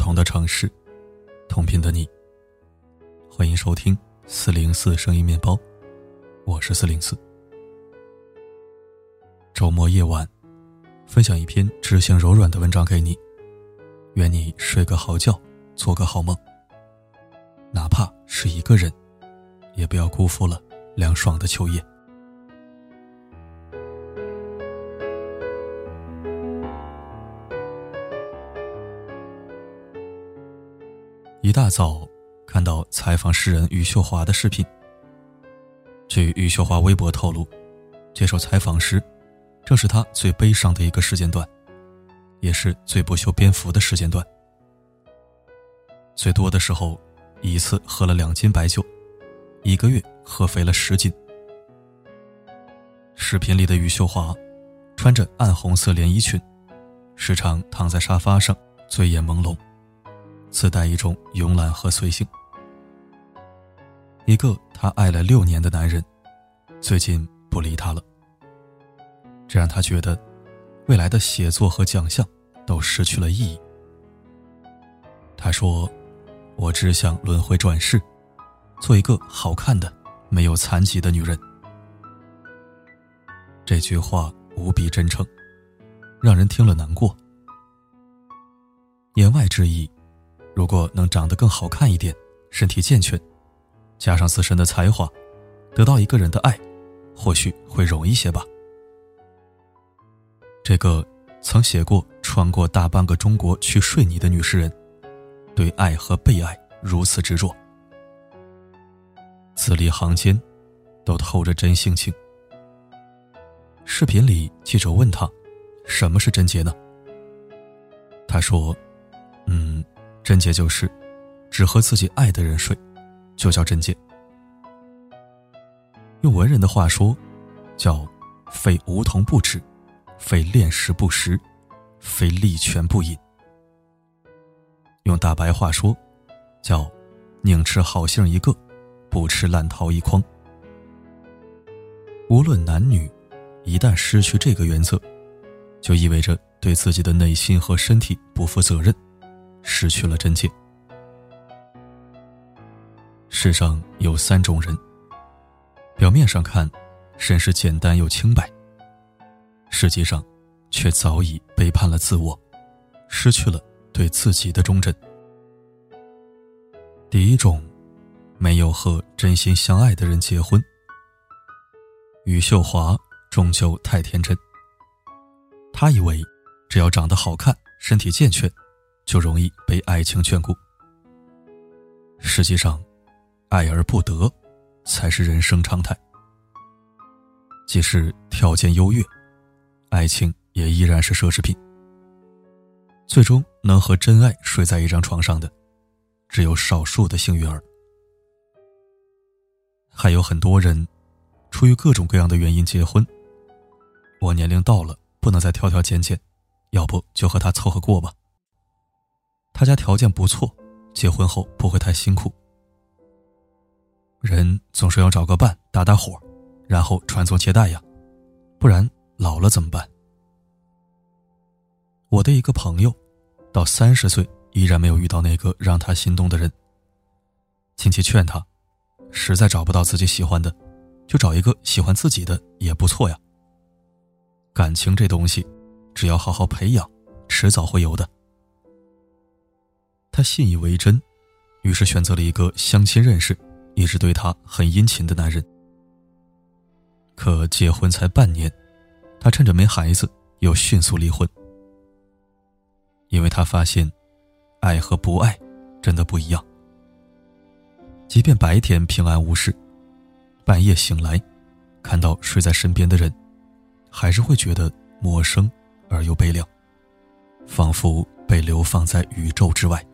同的城市，同频的你。欢迎收听404声音面包，我是404。周末夜晚，分享一篇知性柔软的文章给你，愿你睡个好觉，做个好梦。哪怕是一个人，也不要辜负了凉爽的秋夜。一大早看到采访诗人余秀华的视频。据余秀华微博透露，接受采访时正是她最悲伤的一个时间段，也是最不修边幅的时间段。最多的时候一次喝了2斤白酒，1个月喝肥了10斤。视频里的余秀华穿着暗红色连衣裙，时常躺在沙发上，醉眼朦胧，自带一种慵懒和随性。一个她爱了6年的男人最近不理她了，这让她觉得未来的写作和奖项都失去了意义。她说，我只想轮回转世，做一个好看的没有残疾的女人。这句话无比真诚，让人听了难过。言外之意，如果能长得更好看一点，身体健全，加上自身的才华，得到一个人的爱，或许会容易些吧。这个曾写过穿过大半个中国去睡你的女诗人，对爱和被爱如此执着，字里行间都透着真性情。视频里记者问他，什么是贞洁呢？他说，贞洁就是只和自己爱的人睡，就叫贞洁。用文人的话说，叫非梧桐不止，非恋石不食，非利泉不饮。用大白话说，叫宁吃好杏一个，不吃烂桃一筐。无论男女，一旦失去这个原则，就意味着对自己的内心和身体不负责任，失去了贞洁。世上有3种人，表面上看甚是简单又清白，实际上却早已背叛了自我，失去了对自己的忠贞。第一种，没有和真心相爱的人结婚。余秀华终究太天真，她以为只要长得好看，身体健全，就容易被爱情眷顾。实际上，爱而不得才是人生常态。即使条件优越，爱情也依然是奢侈品。最终能和真爱睡在一张床上的，只有少数的幸运儿。还有很多人出于各种各样的原因结婚，我年龄到了，不能再挑挑拣拣，要不就和他凑合过吧。他家条件不错，结婚后不会太辛苦。人总是要找个伴打打火，然后传宗接代呀，不然老了怎么办？我的一个朋友到30岁依然没有遇到那个让他心动的人。亲戚劝他，实在找不到自己喜欢的，就找一个喜欢自己的也不错呀。感情这东西，只要好好培养，迟早会有的。他信以为真，于是选择了一个相亲认识，一直对他很殷勤的男人。可结婚才半年，他趁着没孩子又迅速离婚。因为他发现爱和不爱真的不一样。即便白天平安无事，半夜醒来看到睡在身边的人，还是会觉得陌生而又悲凉，仿佛被流放在宇宙之外。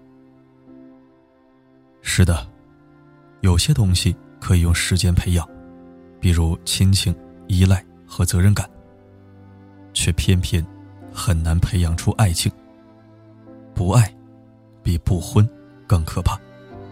是的，有些东西可以用时间培养，比如亲情、依赖和责任感，却偏偏很难培养出爱情。不爱比不婚更可怕。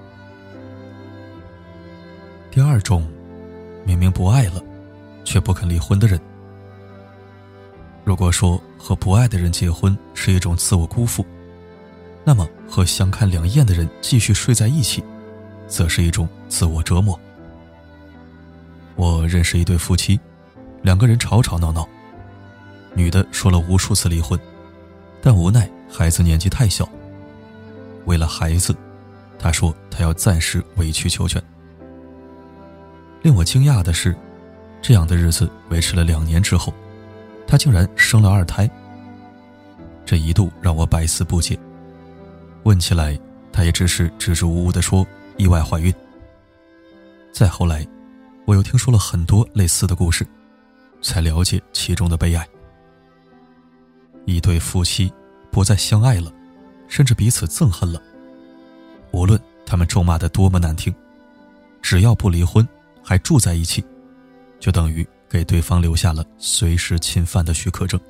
第二种，明明不爱了，却不肯离婚的人。如果说和不爱的人结婚是一种自我辜负，那那么和相看两厌的人继续睡在一起，则是一种自我折磨。我认识一对夫妻，两个人吵吵闹闹，女的说了无数次离婚，但无奈孩子年纪太小，为了孩子，她说她要暂时委曲求全。令我惊讶的是，这样的日子维持了2年之后，她竟然生了2胎。这一度让我百思不解，问起来她也只是支支吾吾地说意外怀孕。再后来我又听说了很多类似的故事，才了解其中的悲哀。一对夫妻不再相爱了，甚至彼此憎恨了，无论他们咒骂得多么难听，只要不离婚还住在一起，就等于给对方留下了随时侵犯的许可证。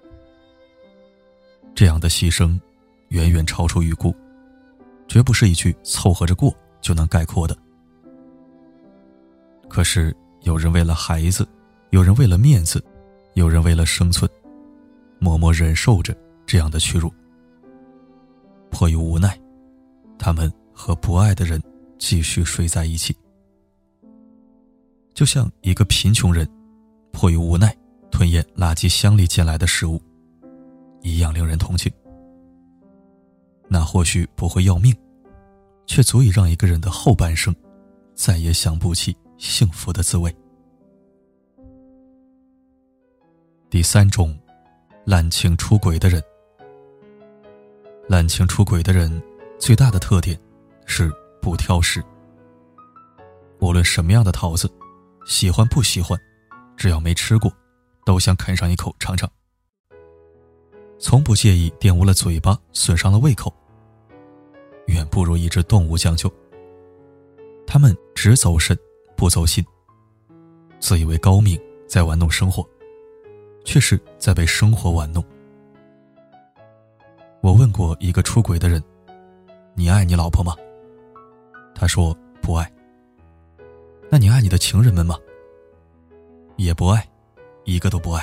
这样的牺牲远远超出预估，绝不是一句凑合着过就能概括的。可是有人为了孩子，有人为了面子，有人为了生存，默默忍受着这样的屈辱。迫于无奈，他们和不爱的人继续睡在一起。就像一个贫穷人迫于无奈吞咽垃圾箱里捡来的食物一样令人同情。那或许不会要命，却足以让一个人的后半生再也想不起幸福的滋味。第3种，滥情出轨的人。滥情出轨的人最大的特点是不挑食，无论什么样的桃子，喜欢不喜欢，只要没吃过，都想啃上一口尝尝。从不介意玷污了嘴巴，损伤了胃口，远不如一只动物讲究。他们只走肾不走心，自以为高明，在玩弄生活，却是在被生活玩弄。我问过一个出轨的人，你爱你老婆吗？他说不爱。那你爱你的情人们吗？也不爱，一个都不爱。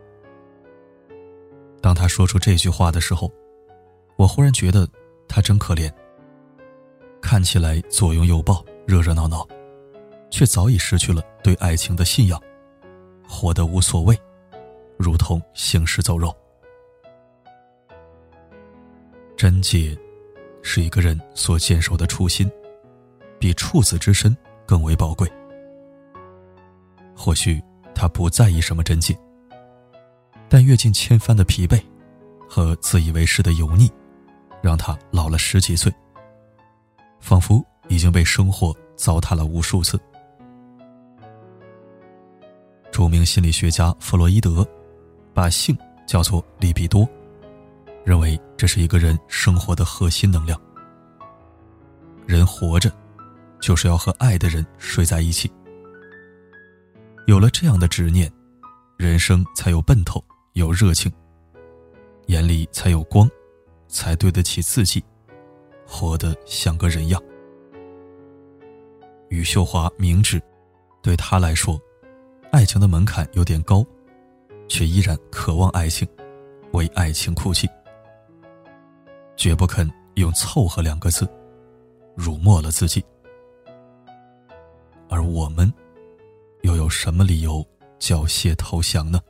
当他说出这句话的时候，我忽然觉得他真可怜。看起来左拥右抱，热热闹闹，却早已失去了对爱情的信仰，活得无所谓，如同行尸走肉。贞洁是一个人所坚守的初心，比处子之身更为宝贵。或许他不在意什么贞洁，但阅尽千帆的疲惫和自以为是的油腻，让他老了10几岁，仿佛已经被生活糟蹋了无数次。著名心理学家弗洛伊德把性叫做利比多，认为这是一个人生活的核心能量。人活着就是要和爱的人睡在一起，有了这样的执念，人生才有奔头，有热情，眼里才有光，才对得起自己，活得像个人样。余秀华明知对他来说爱情的门槛有点高，却依然渴望爱情，为爱情哭泣，绝不肯用凑合2个字辱没了自己。而我们又有什么理由缴械投降呢？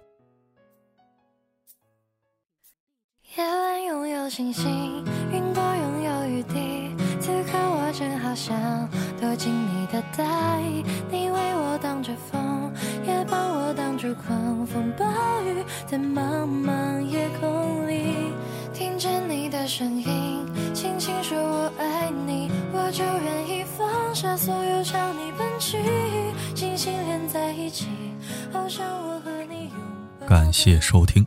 夜晚拥有星星，云朵拥有雨滴，此刻我正好想躲进你的大衣，你为我挡着风，也帮我挡住狂风暴雨，在茫茫夜空里听见你的声音，轻轻说我爱你，我就愿意放下所有朝你奔去，心心连在一起，好像我和你拥抱。 感谢收听。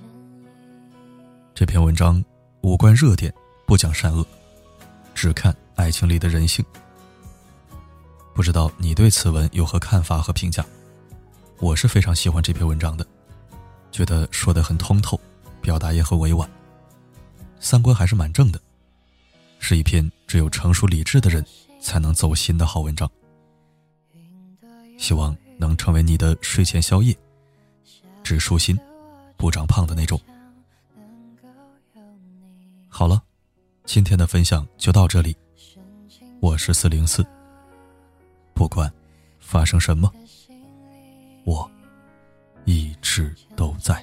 这篇文章无关热点，不讲善恶，只看爱情里的人性。不知道你对此文有何看法和评价？我是非常喜欢这篇文章的，觉得说得很通透，表达也很委婉，三观还是蛮正的，是一篇只有成熟理智的人才能走心的好文章。希望能成为你的睡前宵夜，只舒心不长胖的那种。好了， 今天的分享就到这里，我是404，不管发生什么，我一直都在。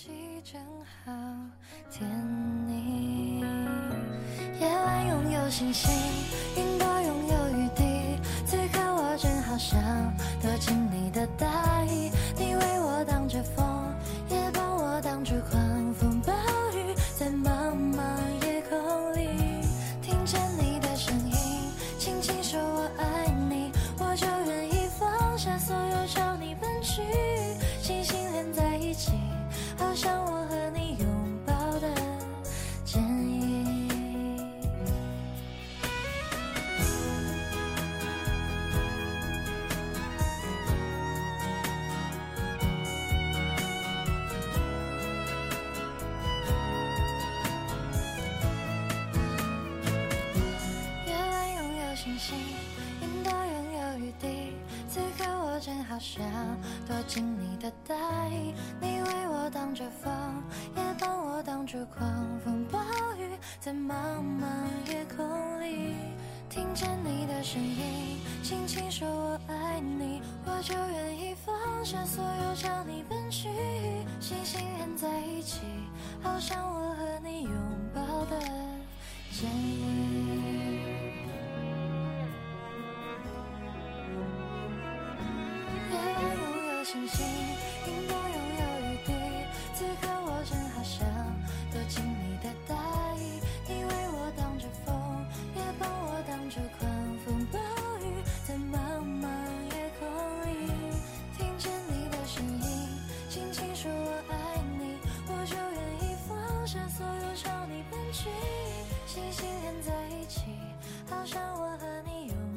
夜晚拥有星星，云朵拥有雨滴，此刻我正好想躲进你的大衣，你为我挡着风，也帮我挡住狂风暴雨，在茫茫夜空里听见你的声音，轻轻说我爱你，我就愿意放下所有朝你奔去，心心连在一起，好像我和你拥抱的剪影。星星，云朵拥有雨滴，此刻我正好想躲进你的大衣，你为我挡着风，也帮我挡住狂风暴雨，在茫茫夜空里听见你的声音，轻轻说我爱你，我就愿意放下所有朝你奔去，心心连在一起，好像我和你拥抱的剪影。星星，云朵拥有雨滴，此刻我正好想躲进你的大衣，你为我挡着风，也帮我挡住狂风暴雨，在茫茫夜空里听见你的声音，轻轻说我爱你，我就愿意放下所有朝你奔去，心心连在一起，好像我和你拥